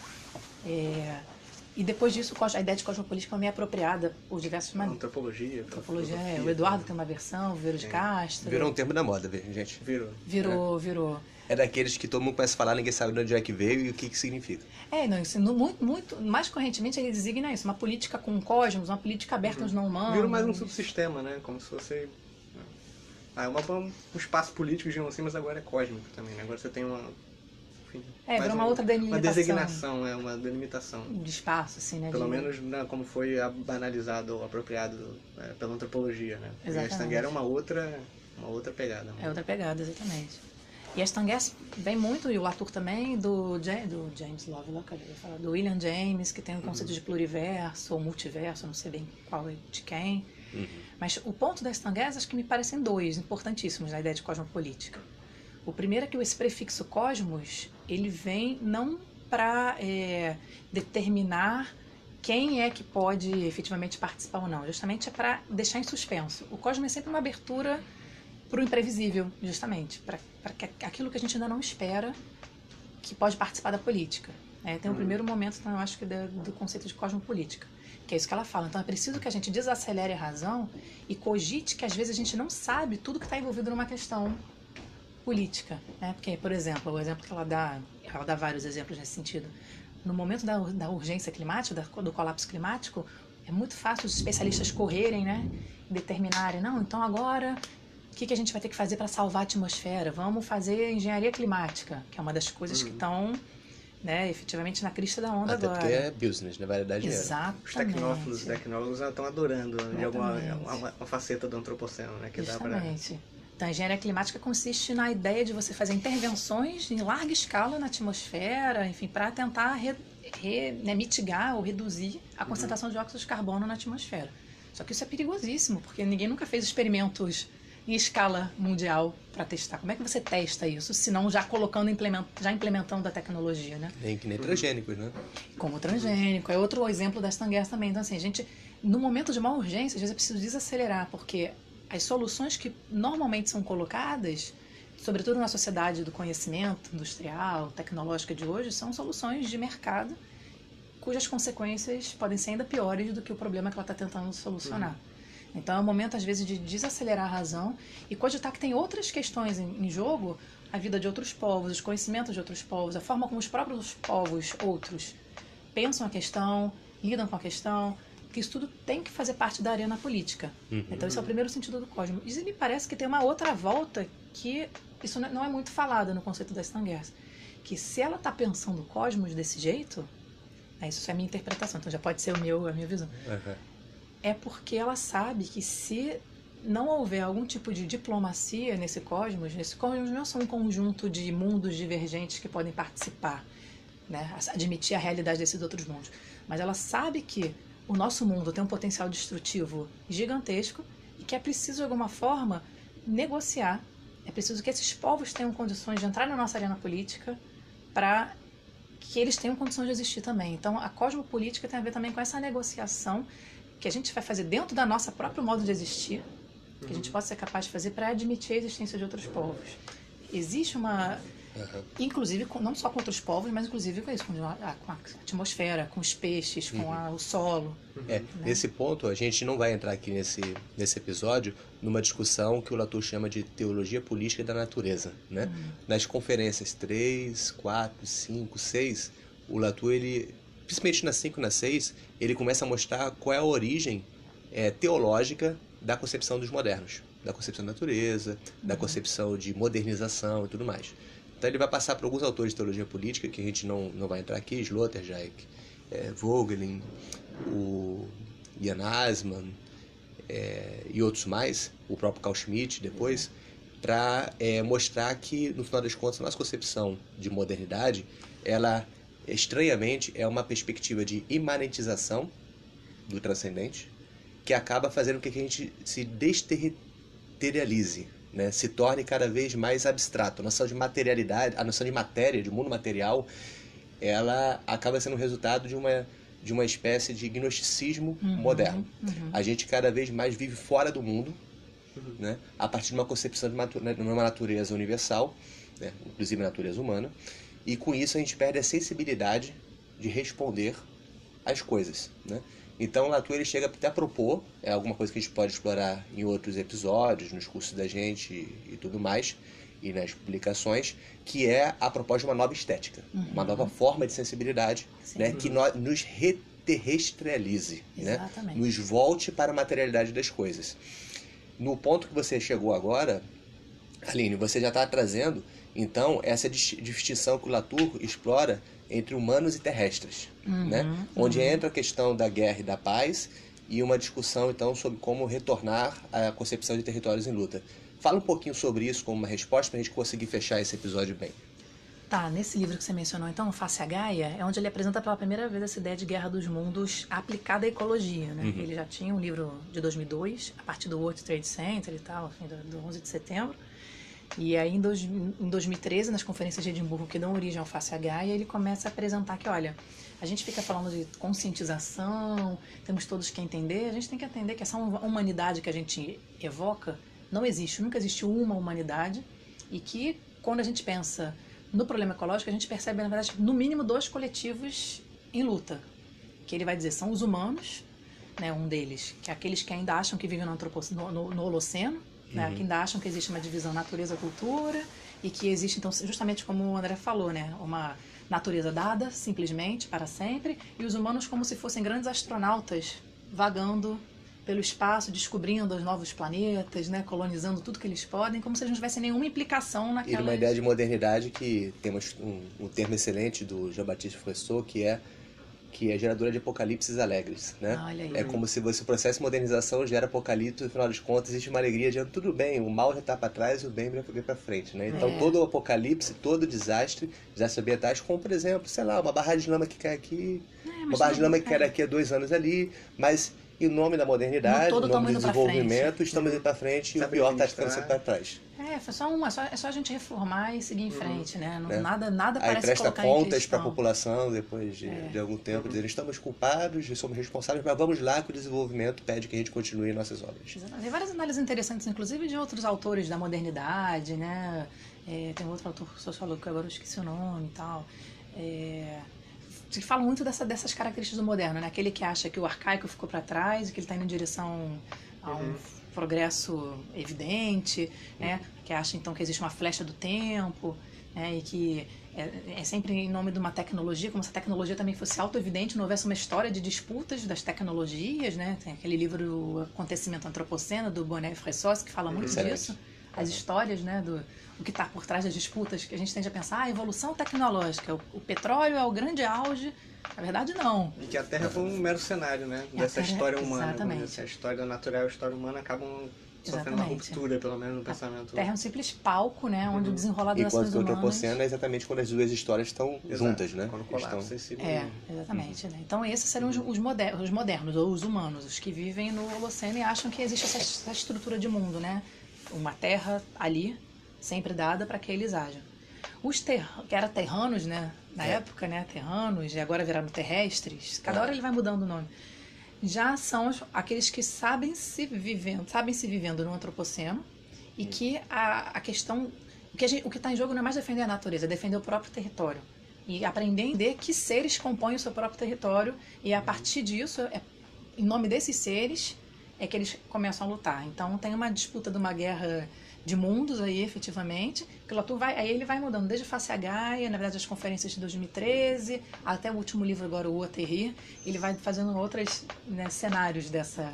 E depois disso, a ideia de cosmopolítica é meio apropriada por diversas maneiras. Antropologia. O Eduardo tem uma versão, o Vero de Castro. Virou um termo da moda, gente. Virou. É daqueles que todo mundo começa a falar, ninguém sabe de onde é que veio e o que significa. Não, isso, muito, mais correntemente ele designa isso, uma política com o cosmos, uma política aberta aos não humanos. Virou mais um subsistema, né? Como se fosse... um espaço político, digamos assim, mas agora é cósmico também, né? Agora você tem uma... Enfim, virou uma outra delimitação. Uma designação, uma delimitação. De espaço, assim, né? Pelo menos, né, como foi banalizado ou apropriado pela antropologia, né? Exatamente. E a Stangers é uma outra pegada. Né? É outra pegada, exatamente. E a Stangers vem muito, e o Latour também, do James Lovelock, do William James, que tem o conceito de pluriverso ou multiverso, não sei bem qual é de quem. Mas o ponto da Stangers, acho que me parecem dois importantíssimos na ideia de cosmopolítica. O primeiro é que esse prefixo cosmos, ele vem não para determinar quem é que pode efetivamente participar ou não, justamente é para deixar em suspenso. O cosmos é sempre uma abertura para o imprevisível, justamente, para aquilo que a gente ainda não espera que pode participar da política. Tem o primeiro momento, então, eu acho que do conceito de cosmopolítica, que é isso que ela fala. Então é preciso que a gente desacelere a razão e cogite que às vezes a gente não sabe tudo que está envolvido numa questão política, né? Porque, por exemplo, o exemplo que ela dá vários exemplos nesse sentido. no momento da urgência climática, do colapso climático, é muito fácil os especialistas correrem, né? Determinarem, não, então agora o que a gente vai ter que fazer para salvar a atmosfera? Vamos fazer engenharia climática, que é uma das coisas que estão, né, efetivamente na crista da onda agora. Até porque é business, né? Vai dar dinheiro. Exatamente. Os tecnólogos estão adorando de uma faceta do antropoceno, né? Que Justamente. dá pra... Então, a engenharia climática consiste na ideia de você fazer intervenções em larga escala na atmosfera, enfim, para tentar mitigar ou reduzir a concentração de óxido de carbono na atmosfera. Só que isso é perigosíssimo, porque ninguém nunca fez experimentos em escala mundial para testar. Como é que você testa isso, se não já implementando a tecnologia, né? Nem transgênicos, né? Como transgênico. É outro exemplo das tanguers também. Então, assim, no momento de uma urgência, às vezes é preciso desacelerar, porque as soluções que normalmente são colocadas, sobretudo na sociedade do conhecimento industrial, tecnológica de hoje, são soluções de mercado cujas consequências podem ser ainda piores do que o problema que ela está tentando solucionar. Então é um momento, às vezes, de desacelerar a razão e cogitar que tem outras questões em jogo, a vida de outros povos, os conhecimentos de outros povos, a forma como os próprios povos outros pensam a questão, lidam com a questão, que isso tudo tem que fazer parte da arena política. Então esse é o primeiro sentido do cosmos. E me parece que tem uma outra volta que isso não é muito falado no conceito das tanguers, que se ela está pensando o cosmos desse jeito, isso é a minha interpretação, então já pode ser a minha visão, é porque ela sabe que se não houver algum tipo de diplomacia nesse cosmos não é só um conjunto de mundos divergentes que podem participar, né, admitir a realidade desses outros mundos, mas ela sabe que o nosso mundo tem um potencial destrutivo gigantesco e que é preciso, de alguma forma, negociar. É preciso que esses povos tenham condições de entrar na nossa arena política para que eles tenham condições de existir também. Então, a cosmopolítica tem a ver também com essa negociação que a gente vai fazer dentro da nossa próprio modo de existir, que a gente possa ser capaz de fazer para admitir a existência de outros povos. Existe uma... Inclusive, não só com outros povos, mas inclusive com isso, com a atmosfera, com os peixes, com o solo. Né? Nesse ponto, a gente não vai entrar aqui nesse episódio numa discussão que o Latour chama de teologia política da natureza. Né? Nas conferências 3, 4, 5, 6, o Latour, principalmente na 5 e na 6, ele começa a mostrar qual é a origem teológica da concepção dos modernos, da concepção da natureza, da concepção de modernização e tudo mais. Então ele vai passar por alguns autores de teologia política, que a gente não vai entrar aqui, Sloterdijk, Vogelin, o Ian Asman e outros mais, o próprio Carl Schmitt depois, para mostrar que, no final das contas, a nossa concepção de modernidade, ela, estranhamente, é uma perspectiva de imanentização do transcendente, que acaba fazendo com que a gente se desterritorialize, né, se torne cada vez mais abstrato. A noção de materialidade, a noção de matéria, de mundo material, ela acaba sendo o resultado de uma espécie de gnosticismo moderno. A gente cada vez mais vive fora do mundo, né, a partir de uma concepção de uma natureza universal, né, inclusive a natureza humana, e com isso a gente perde a sensibilidade de responder às coisas, né? Então o Latour, ele chega até a propor, alguma coisa que a gente pode explorar em outros episódios, nos cursos da gente e tudo mais, e nas publicações, que é a proposta de uma nova estética, uma nova forma de sensibilidade, né, que nos reterrestrialize, né, nos volte para a materialidade das coisas. No ponto que você chegou agora, Aline, você já está trazendo, então, essa distinção que o Latour explora entre humanos e terrestres, né? Onde entra a questão da guerra e da paz e uma discussão, então, sobre como retornar à concepção de territórios em luta. Fala um pouquinho sobre isso como uma resposta para a gente conseguir fechar esse episódio bem. Tá, nesse livro que você mencionou, então, Face à Gaia, é onde ele apresenta pela primeira vez essa ideia de guerra dos mundos aplicada à ecologia, né? Ele já tinha um livro de 2002, a partir do World Trade Center e tal, enfim, do 11 de setembro. E aí, em 2013, nas conferências de Edimburgo, que dão origem ao Face à Gaia, ele começa a apresentar que, olha, a gente fica falando de conscientização, temos todos que entender, a gente tem que entender que essa humanidade que a gente evoca não existe, nunca existiu uma humanidade, e que, quando a gente pensa no problema ecológico, a gente percebe, na verdade, no mínimo 2 coletivos em luta, que ele vai dizer são os humanos, né, um deles, que é aqueles que ainda acham que vivem no Holoceno, né, que ainda acham que existe uma divisão natureza-cultura e que existe, então, justamente como o André falou, né, uma natureza dada, simplesmente, para sempre, e os humanos como se fossem grandes astronautas vagando pelo espaço, descobrindo os novos planetas, né, colonizando tudo que eles podem, como se eles não tivessem nenhuma implicação naquela... E uma ideia de modernidade que tem um termo excelente do Jean-Baptiste Rousseau, que é geradora de apocalipses alegres, né? Olha aí. É como se o processo de modernização gera apocalipse, no final das contas existe uma alegria de tudo bem, o mal já está para trás e o bem vai para frente, né? Então todo o apocalipse, todo o desastres ambientais, como por exemplo, sei lá, uma barragem de lama que cai aqui, uma barragem de lama que cai daqui a 2 anos ali, mas em nome da modernidade, em nome do desenvolvimento, estamos indo para frente e o pior está ficando sempre para trás. É só a gente reformar e seguir em frente, né? Nada Aí parece presta colocar contas para a questão. população depois de algum tempo, dizendo estamos culpados, somos responsáveis, mas vamos lá que o desenvolvimento pede que a gente continue nossas obras. Tem várias análises interessantes, inclusive de outros autores da modernidade, né? Tem outro autor sociólogo que agora eu esqueci o nome e tal. Que falam muito dessas características do moderno, né? Aquele que acha que o arcaico ficou para trás e que ele está indo em direção a um progresso evidente, né? Que acha então que existe uma flecha do tempo, né? E que é sempre em nome de uma tecnologia, como se a tecnologia também fosse auto-evidente, não houvesse uma história de disputas das tecnologias, né? Tem aquele livro O Acontecimento Antropoceno, do Bonnet e Fressos, que fala muito disso. As histórias, né, o que está por trás das disputas, que a gente tende a pensar, a evolução tecnológica, o petróleo é o grande auge, na verdade não. E que a Terra foi um mero cenário, né, dessa história humana. Exatamente. A história natural e a história humana acabam sofrendo uma ruptura, pelo menos no pensamento. A Terra é um simples palco, né, onde o desenrolar das ações humanas... Enquanto que o Antropoceno é exatamente quando as duas histórias estão juntas, né? Quando colapsa esse exatamente. Né? Então esses seriam os modernos, ou os humanos, os que vivem no Holoceno e acham que existe essa estrutura de mundo, né? Uma terra ali, sempre dada para que eles ajam. Os que eram terranos, né? Na época, né? Terranos, e agora viraram terrestres. Cada hora ele vai mudando o nome. Já são aqueles que sabem se vivendo no Antropoceno e que a questão... O que está em jogo não é mais defender a natureza, é defender o próprio território. E aprender a entender que seres compõem o seu próprio território e a partir disso, em nome desses seres... é que eles começam a lutar. Então tem uma disputa de uma guerra de mundos aí, efetivamente, que o Latour aí ele vai mudando, desde Face à Gaia, na verdade as conferências de 2013, até o último livro agora, o Atterrir, ele vai fazendo outros, né, cenários dessa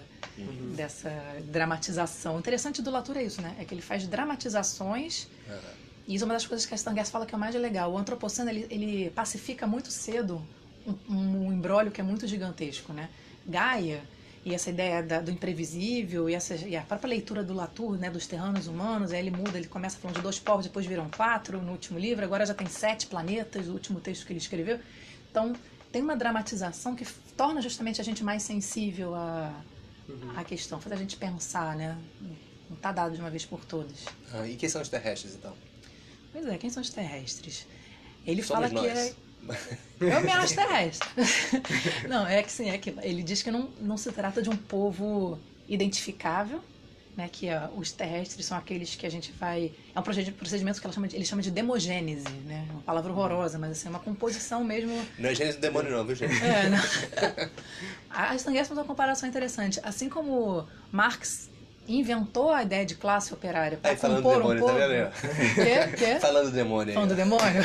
dramatização. O interessante do Latour é isso, né? É que ele faz dramatizações, e isso é uma das coisas que a Stan Getz fala que é o mais legal. O Antropoceno, ele pacifica muito cedo um imbróglio que é muito gigantesco, né? Gaia, e essa ideia do imprevisível, e a própria leitura do Latour, né, dos terranos humanos, aí ele muda, ele começa falando de 2 povos, depois viram 4 no último livro, agora já tem 7 planetas, o último texto que ele escreveu. Então, tem uma dramatização que torna justamente a gente mais sensível à questão, faz a gente pensar, né? Não está dado de uma vez por todas. E quem são os terrestres, então? Pois é, quem são os terrestres? Ele Somos fala que eu me acho terrestre. Não, é que ele diz que não se trata de um povo identificável, né, que os terrestres são aqueles que a gente vai... É um procedimento que ele chama de demogênese, né? Uma palavra horrorosa, mas assim, uma composição mesmo... Não é gênese do demônio não, viu, gente? Não. A Stan Getz faz uma comparação interessante. Assim como Marx inventou a ideia de classe operária para compor um povo... Quê? Falando do demônio. Falando do demônio?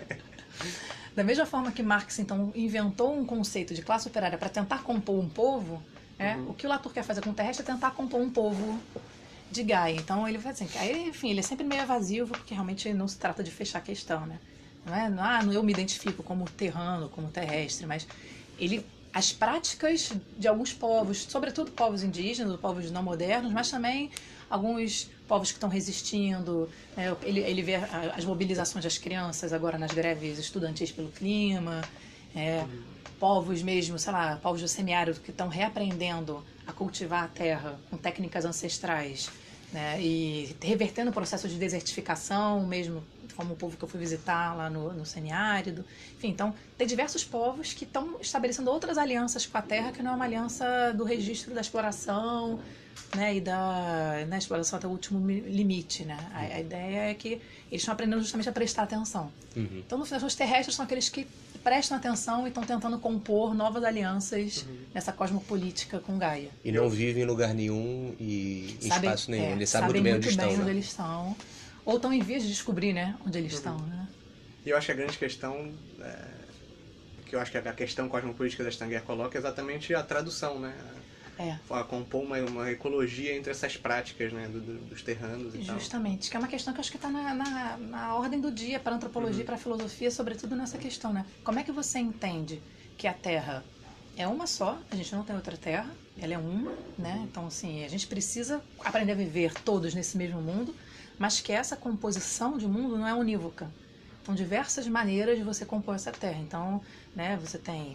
Da mesma forma que Marx, então, inventou um conceito de classe operária para tentar compor um povo, o que o Latour quer fazer com o terrestre é tentar compor um povo de Gaia. Então, ele vai assim, aí, enfim, ele é sempre meio evasivo, porque realmente não se trata de fechar a questão, né? Não eu me identifico como terrano, como terrestre, mas as práticas de alguns povos, sobretudo povos indígenas, povos não modernos, mas também alguns povos que estão resistindo, né? Ele vê as mobilizações das crianças agora nas greves estudantis pelo clima, povos mesmo, sei lá, povos do semiárido que estão reaprendendo a cultivar a terra com técnicas ancestrais, né? E revertendo o processo de desertificação, mesmo como o povo que eu fui visitar lá no semiárido. Enfim, então, tem diversos povos que estão estabelecendo outras alianças com a terra, que não é uma aliança do registro da exploração, né, e da exploração até o último limite, né? A ideia é que eles estão aprendendo justamente a prestar atenção. Então, no final, os terrestres são aqueles que prestam atenção e estão tentando compor novas alianças nessa cosmopolítica com Gaia. E não vivem em lugar nenhum e em espaço nenhum. Eles sabem muito bem onde eles estão. Ou estão em vias de descobrir, né, onde eles estão, né? E eu acho que a grande questão, que eu acho que a questão cosmopolítica da Stanger coloca é exatamente a tradução, né? A compor uma ecologia entre essas práticas, né, dos terranos e tal. Justamente, que é uma questão que eu acho que está na ordem do dia para a antropologia e para a filosofia, sobretudo nessa questão, né? Como é que você entende que a Terra é uma só, a gente não tem outra Terra, ela é uma, né? Então, assim, a gente precisa aprender a viver todos nesse mesmo mundo, mas que essa composição de mundo não é unívoca. São diversas maneiras de você compor essa Terra. Então, né, você tem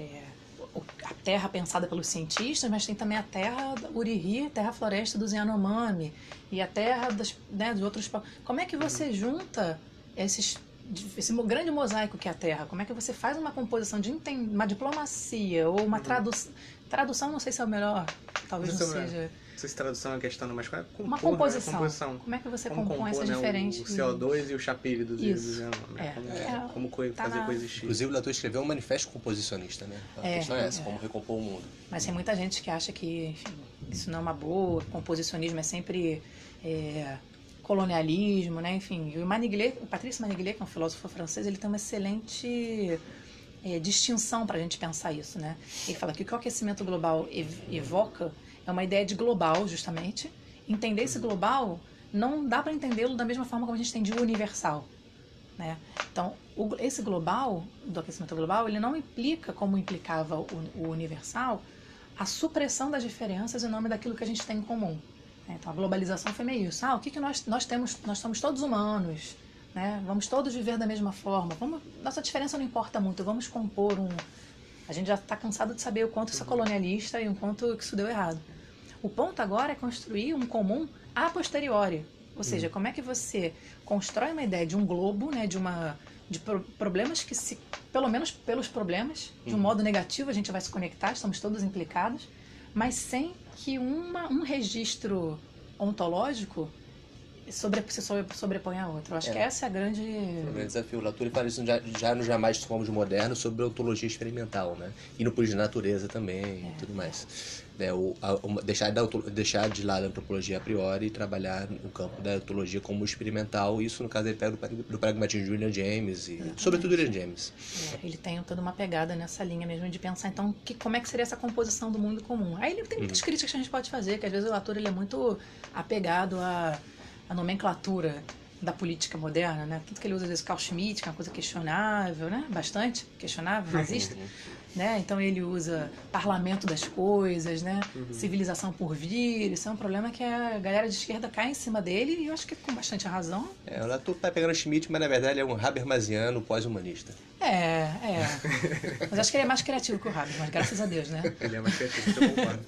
a terra pensada pelos cientistas, mas tem também a terra Uriri, terra-floresta dos Yanomami, e a terra dos outros... Como é que você junta esse grande mosaico que é a Terra? Como é que você faz uma composição de uma diplomacia ou uma tradução, não sei se é o melhor, talvez não seja... Não sei se tradução é uma questão, mas qual é uma composição. Como é que você compõe essas diferentes... O CO2 e o chapire dos como fazer coexistir. Inclusive o Latour escreveu um manifesto composicionista, né? A questão é essa, como recompor o mundo. Mas tem muita gente que acha que, enfim, isso não é uma boa, composicionismo é sempre colonialismo, né? Enfim, o Patrice Maniglet, que é um filósofo francês, ele tem uma excelente distinção para a gente pensar isso, né? Ele fala que o que o aquecimento global evoca é uma ideia de global, justamente. Entender esse global não dá para entendê-lo da mesma forma como a gente entende o universal, né? Então, esse global, do aquecimento global, ele não implica, como implicava o universal, a supressão das diferenças em nome daquilo que a gente tem em comum. Então, a globalização foi meio isso. O que nós temos? Nós somos todos humanos, né? Vamos todos viver da mesma forma. Nossa diferença não importa muito, vamos compor A gente já está cansado de saber o quanto isso é colonialista e o quanto isso deu errado. O ponto agora é construir um comum a posteriori. Ou seja, como é que você constrói uma ideia de um globo, né, de problemas que, pelo menos pelos problemas, de um modo negativo a gente vai se conectar, estamos todos implicados, mas sem que um registro ontológico se sobrepõe a outro. Eu acho que essa é a grande... O grande desafio. O Latour fala isso já no Jamais Somos Modernos sobre ontologia experimental, né? E no Puro de Natureza também e tudo mais. Deixar de lado a antropologia a priori e trabalhar no campo da ontologia como experimental. Isso, no caso, ele pega do pragmatismo de William James e sobretudo William James. Ele tem toda uma pegada nessa linha mesmo de pensar, então, como é que seria essa composição do mundo comum. Aí ele tem muitas críticas que a gente pode fazer, que às vezes o Latour ele é muito apegado a nomenclatura da política moderna, né? Tudo que ele usa, às vezes, Carl Schmitt, que é uma coisa questionável, né? Bastante questionável, nazista. Né? Então ele usa parlamento das coisas, né? Civilização por vir. Isso é um problema que a galera de esquerda cai em cima dele e eu acho que com bastante razão. O Latour tá pegando Schmitt, mas na verdade ele é um habermasiano pós-humanista. Mas acho que ele é mais criativo que o Haber, mas graças a Deus, né? Ele é mais criativo, eu concordo.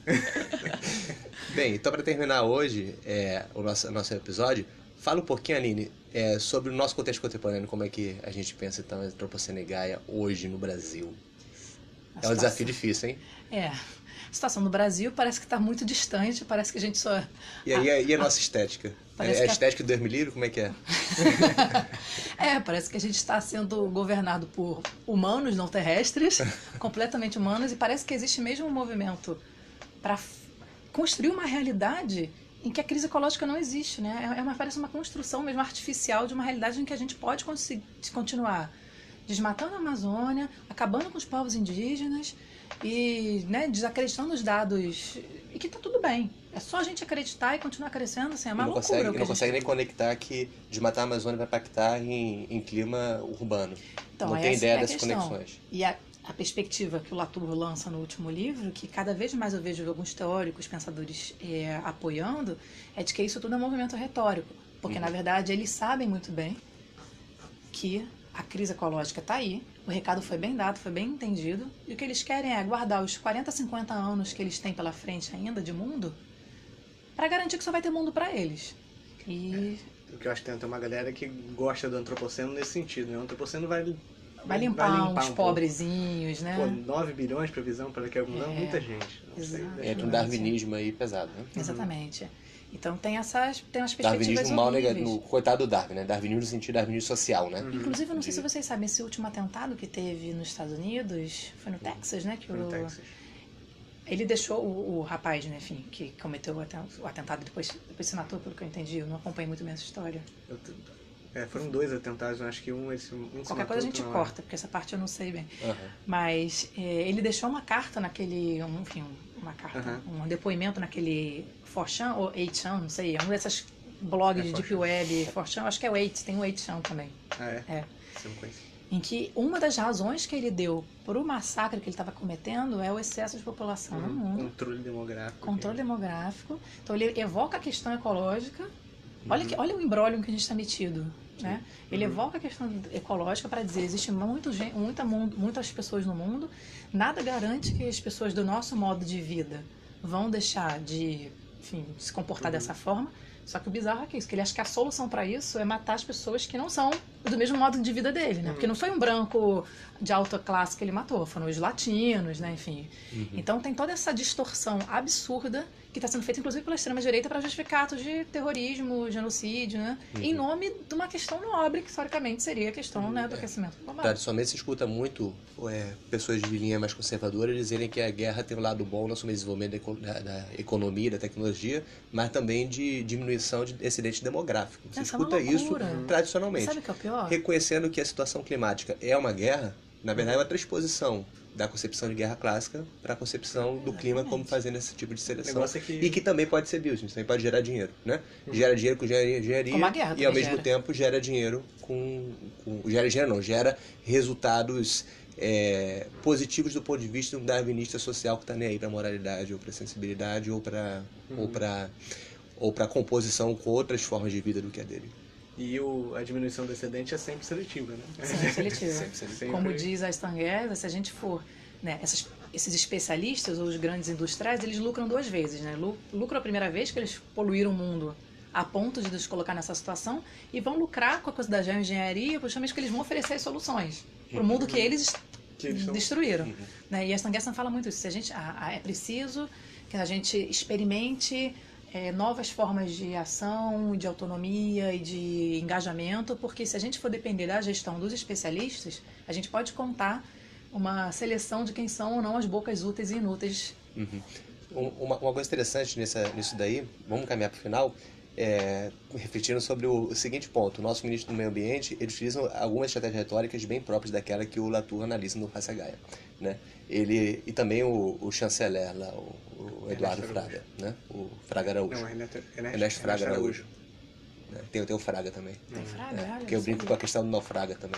Bem, então para terminar hoje o nosso episódio, fala um pouquinho, Aline, sobre o nosso contexto contemporâneo, como é que a gente pensa então em Antropoceno e Gaia hoje no Brasil. É um desafio difícil, hein? A situação no Brasil parece que está muito distante, parece que a gente só... E a nossa estética? A estética do Deus me livre, como é que é? Parece que a gente está sendo governado por humanos não terrestres, completamente humanos, e parece que existe mesmo um movimento para construir uma realidade em que a crise ecológica não existe, né? Parece uma construção mesmo artificial de uma realidade em que a gente pode continuar desmatando a Amazônia, acabando com os povos indígenas e, né, desacreditando os dados, e que tá tudo bem. É só a gente acreditar e continuar crescendo, assim, é uma loucura. Não consegue nem conectar que desmatar a Amazônia vai impactar em clima urbano. Então, não tem ideia dessas conexões. E a perspectiva que o Latour lança no último livro, que cada vez mais eu vejo alguns teóricos, pensadores apoiando, é de que isso tudo é um movimento retórico. Porque, na verdade, eles sabem muito bem que a crise ecológica está aí, o recado foi bem dado, foi bem entendido, e o que eles querem é guardar os 40, 50 anos que eles têm pela frente ainda de mundo para garantir que só vai ter mundo para eles. O que eu acho que tem uma galera que gosta do antropoceno nesse sentido, né? O antropoceno vai limpar uns pobrezinhos, né? 9 bilhões previsão para daqui a algum ano, muita gente. Tem um darwinismo aí pesado, né? Exatamente. Então tem umas perspectivas darwinismo horríveis. Mal coitado do Darwin, né? Darwinismo no sentido darwinismo social, né? Inclusive, eu não sei se vocês sabem, esse último atentado que teve nos Estados Unidos, foi no Texas, né? No Texas. Ele deixou o rapaz, né, enfim, que cometeu o atentado, depois se matou, pelo que eu entendi. Eu não acompanhei muito bem essa história. Foram 2 atentados, eu acho que um Qualquer coisa a gente corta, porque essa parte eu não sei bem. Uhum. Mas ele deixou uma carta naquele, enfim, uma carta, um depoimento naquele 4chan ou 8chan, não sei, um dessas blogs de Deep Web, 4chan, acho que é o 8, tem o 8chan também. Você não conhece. Em que uma das razões que ele deu para o massacre que ele estava cometendo é o excesso de população no mundo. Controle demográfico. Então ele evoca a questão ecológica. Olha o imbróglio que a gente está metido. Né? Ele evoca a questão ecológica para dizer existe muitas pessoas no mundo, nada garante que as pessoas do nosso modo de vida vão deixar de, enfim, se comportar dessa forma. Só que o bizarro é que isso, que ele acha que a solução para isso é matar as pessoas que não são do mesmo modo de vida dele, né? Porque não foi um branco de alta classe que ele matou, foram os latinos, né? Enfim. Então tem toda essa distorção absurda que está sendo feita, inclusive, pela extrema-direita para justificar atos de terrorismo, genocídio, né? Em nome de uma questão nobre, que historicamente seria a questão né, do aquecimento global. Tradicionalmente se escuta muito pessoas de linha mais conservadora dizerem que a guerra tem um lado bom não só no desenvolvimento da economia, da tecnologia, mas também de diminuição de excedente demográfico. Você escuta isso tradicionalmente. Sabe o que é o pior? Reconhecendo que a situação climática é uma guerra, na verdade é uma transposição da concepção de guerra clássica para a concepção do clima como fazendo esse tipo de seleção. E que também pode ser business, também pode gerar dinheiro, né? Gera dinheiro com engenharia Como a guerra e ao mesmo tempo gera dinheiro gera resultados positivos do ponto de vista de um darwinista social que está nem aí para moralidade ou para sensibilidade ou para composição com outras formas de vida do que a dele. E a diminuição do excedente é sempre seletiva, né? Sempre seletiva. Sempre. Como diz a Stan Getz, se a gente for... Né, esses especialistas ou os grandes industriais, eles lucram 2 vezes, né? Lucram a primeira vez, que eles poluíram o mundo a ponto de nos colocar nessa situação, e vão lucrar com a coisa da geoengenharia, justamente que eles vão oferecer soluções para o mundo que eles destruíram. Né? E a Stan Getz fala muito isso. Se a gente, é preciso que a gente experimente novas formas de ação, de autonomia e de engajamento, porque se a gente for depender da gestão dos especialistas, a gente pode contar uma seleção de quem são ou não as bocas úteis e inúteis. Uma coisa interessante nisso daí, vamos caminhar para o final, refletindo sobre o seguinte ponto. O nosso ministro do Meio Ambiente, ele utiliza algumas estratégias retóricas bem próprias daquela que o Latour analisa no Raça Gaia, né? E também o chanceler lá, o Eduardo Fraga, né? O Fraga Araújo. Não, Ernesto Fraga Araújo. Tem o Fraga também. Tem Fraga, porque eu brinco com a questão do naufraga também.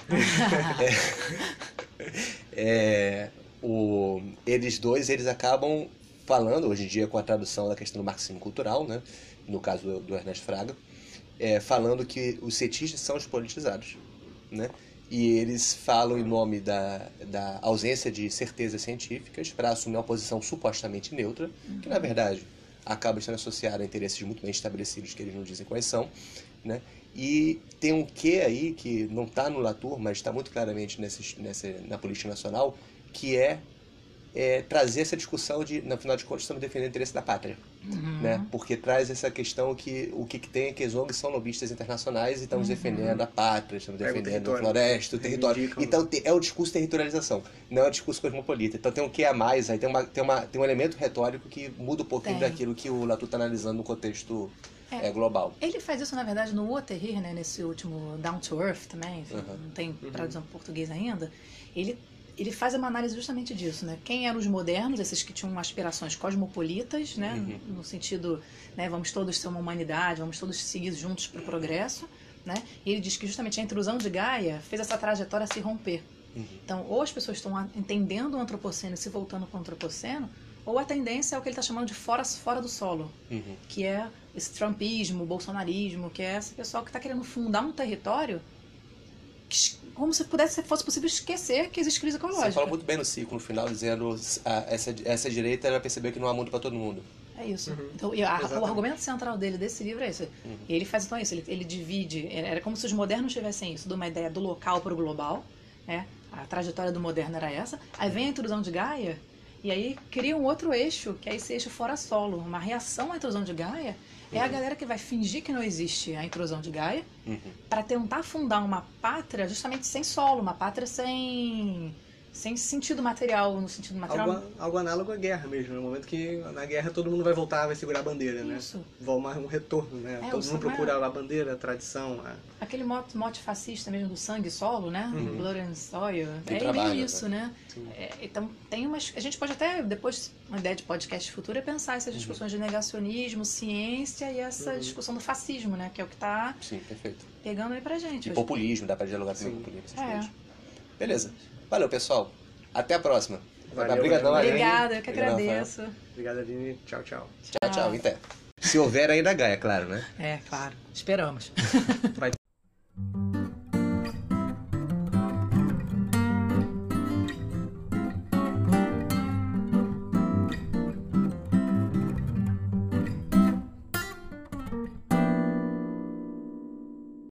Eles dois, eles acabam falando, hoje em dia com a tradução da questão do marxismo cultural, né? No caso do Ernesto Fraga, falando que os cientistas são os politizados, né? E eles falam em nome da ausência de certezas científicas para assumir uma posição supostamente neutra, que na verdade acaba estando associada a interesses muito bem estabelecidos que eles não dizem quais são, né? E tem um quê aí que não está no Latour, mas está muito claramente na política nacional, que trazer essa discussão de, no final de contas, estamos defendendo o interesse da pátria. Né? Porque traz essa questão que o que tem é que as ONGs são lobistas internacionais e estamos defendendo a pátria, estamos defendendo a floresta, o território. Então é o discurso de territorialização, não é o discurso cosmopolita. Então tem um que a mais, aí tem um elemento retórico que muda um pouquinho daquilo que o Latour está analisando no contexto global. Ele faz isso, na verdade, no O Terrir, né? Nesse último Down to Earth também, não tem tradução em português ainda. Ele faz uma análise justamente disso, né? Quem eram os modernos, esses que tinham aspirações cosmopolitas, né? No sentido, né? Vamos todos ser uma humanidade, vamos todos seguir juntos para o progresso, né? E ele diz que justamente a intrusão de Gaia fez essa trajetória se romper. Então, ou as pessoas estão entendendo o antropoceno e se voltando para o antropoceno, ou a tendência é o que ele está chamando de fora do solo, que é esse trumpismo, bolsonarismo, que é esse pessoal que está querendo fundar um território como se fosse possível esquecer que existe crise ecológica. Você fala muito bem no ciclo, no final, dizendo essa direita ela percebeu que não há mundo para todo mundo. É isso. Então, o argumento central desse livro é esse. E ele faz então isso, ele divide, era como se os modernos tivessem isso, de uma ideia do local para o global, né? A trajetória do moderno era essa. Aí vem a intrusão de Gaia, e aí cria um outro eixo, que é esse eixo fora solo. Uma reação à intrusão de Gaia é a galera que vai fingir que não existe a intrusão de Gaia para tentar fundar uma pátria justamente sem solo, uma pátria sem sem sentido material, no sentido material. Algo análogo à guerra mesmo, no momento que na guerra todo mundo vai voltar, vai segurar a bandeira, Isso. né? Um retorno, né? É, todo o mundo som- procura a bandeira, a tradição. Aquele mote fascista mesmo do sangue e solo, né? Blood and Soil. Tem É trabalho, meio isso, né? Sim. Então, tem umas... A gente pode até, depois, uma ideia de podcast futuro é pensar essas discussões de negacionismo, ciência e essa discussão do fascismo, né? Que é o que tá Sim, perfeito. pegando aí pra gente. E hoje. populismo, dá pra dialogar também Sim. com populismo, essas É. coisas. Beleza. Valeu, pessoal. Até a próxima. Valeu, Obrigadão, valeu. Aline. Obrigada, eu que Obrigado, Rafael. agradeço. Obrigado, Aline. Tchau, tchau. Tchau, tchau. Até. Se houver ainda ganha, claro, né? É, claro. Esperamos. Vai ter